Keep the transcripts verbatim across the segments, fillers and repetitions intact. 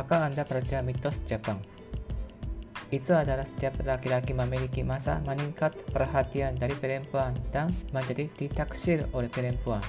Apakah Anda percaya mitos Jepang? Itu adalah setiap laki-laki memiliki masa meningkat perhatian dari perempuan dan menjadi ditaksir oleh perempuan.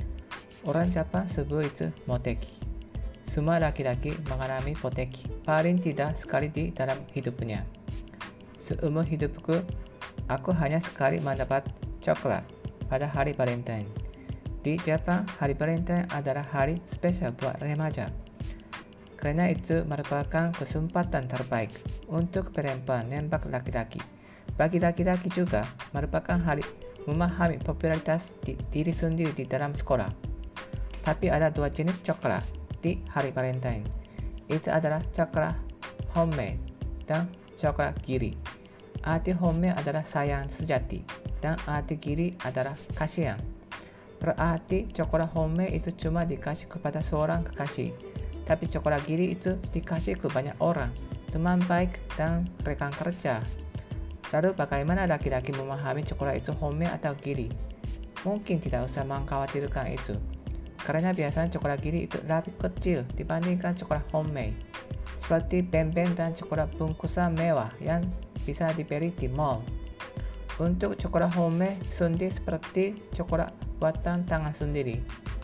Orang Jepang sebut itu moteki. Semua laki-laki mengalami moteki paling tidak sekali di dalam hidupnya. Seumur hidupku, aku hanya sekali mendapat coklat pada hari Valentine. Di Jepang, hari Valentine adalah hari spesial buat remaja. Karena itu merupakan kesempatan terbaik untuk perempuan nembak laki-laki. Bagi laki-laki juga merupakan hari memahami popularitas di diri sendiri di dalam sekolah. Tapi ada dua jenis coklat di hari Valentine. Itu adalah coklat homemade dan coklat giri. Arti homemade adalah sayang sejati dan arti giri adalah kasihan. Berarti coklat homemade itu cuma dikasih kepada seorang kekasih. Tapi coklat giri itu dikasih ke banyak orang, teman baik dan rekan kerja. Lalu bagaimana laki-laki memahami coklat itu homemade atau giri? Mungkin tidak usah mengkhawatirkan itu. Karena biasanya coklat giri itu lebih kecil dibandingkan coklat homemade. Seperti ben-ben dan coklat bungkusan mewah yang bisa dibeli di mall. Untuk coklat homemade sendiri seperti coklat buatan tangan sendiri.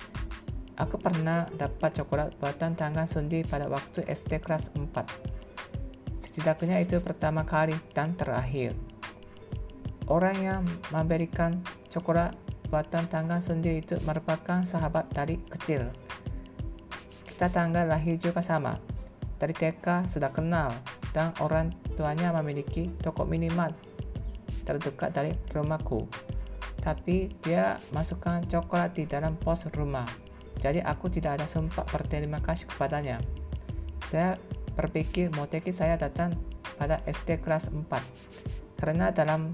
Aku pernah dapat coklat buatan tangan sendiri pada waktu S D kelas empat. Setidaknya itu pertama kali dan terakhir. Orang yang memberikan coklat buatan tangan sendiri itu merupakan sahabat dari kecil. Kita tanggal lahir juga sama. Dari T K sudah kenal dan orang tuanya memiliki toko minimarket terdekat dari rumahku. Tapi dia masukkan coklat di dalam pos rumah. Jadi aku tidak ada sempat berterima kasih kepadanya. Saya berpikir moteki saya datang pada S D kelas empat. Karena dalam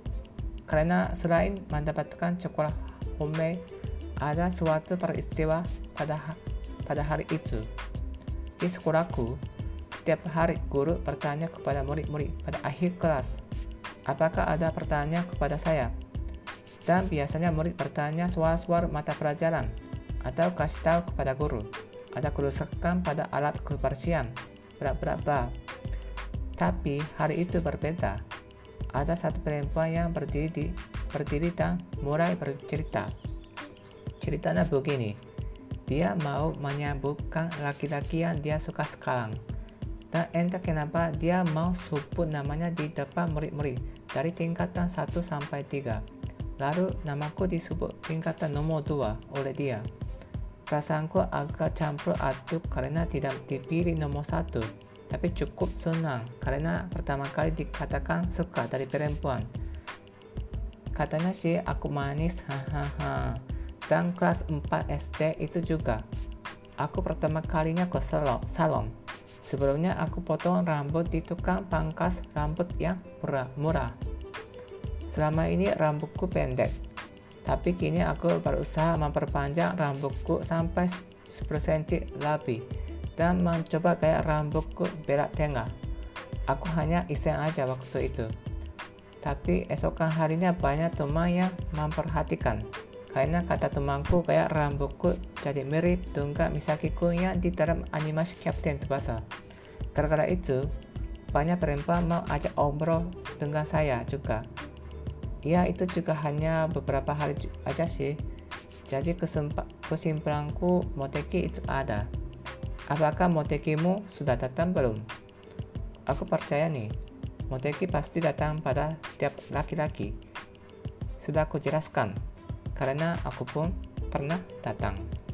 karena selain mendapatkan coklat homemade, ada suatu peristiwa pada pada hari itu. Di sekolahku, setiap hari guru bertanya kepada murid-murid pada akhir kelas, apakah ada pertanyaan kepada saya? Dan biasanya murid bertanya soal-soal mata pelajaran atau kasih tahu kepada guru ada kerusakan pada alat kebersihan, bla bla bla. Tapi hari itu berbeda. Ada satu perempuan yang berdiri di berdiri dan mulai bercerita. Ceritanya begini. Dia mau menyambutkan laki-laki yang dia suka sekarang. Dan entah kenapa dia mau sebut namanya di depan murid-murid dari tingkatan satu sampai tiga. Lalu namaku disebut tingkatan nomor dua oleh dia. Perasaanku agak campur aduk karena tidak dipilih nomor satu, tapi cukup senang karena pertama kali dikatakan suka dari perempuan. Katanya sih aku manis, hahaha. Dan kelas empat S D itu juga. Aku pertama kalinya ke salon. Sebelumnya aku potong rambut di tukang pangkas rambut yang murah. Selama ini rambutku pendek. Tapi kini aku berusaha memperpanjang rambutku sampai sepuluh sentimeter lebih dan mencoba gaya rambutku belak tengah. Aku hanya iseng aja waktu itu. Tapi esokan harinya banyak teman yang memperhatikan. Karena kata temanku gaya rambutku jadi mirip Dunga Misaki-kun yang di dalam animasi Captain Tsubasa. Gara-gara itu, banyak perempuan mau ajak obrol dengan saya juga. Ya itu juga hanya beberapa hari aja sih. Jadi kesimpulanku moteki itu ada. Apakah motekimu sudah datang belum? Aku percaya nih, moteki pasti datang pada setiap laki-laki. Sudah aku jelaskan, karena aku pun pernah datang.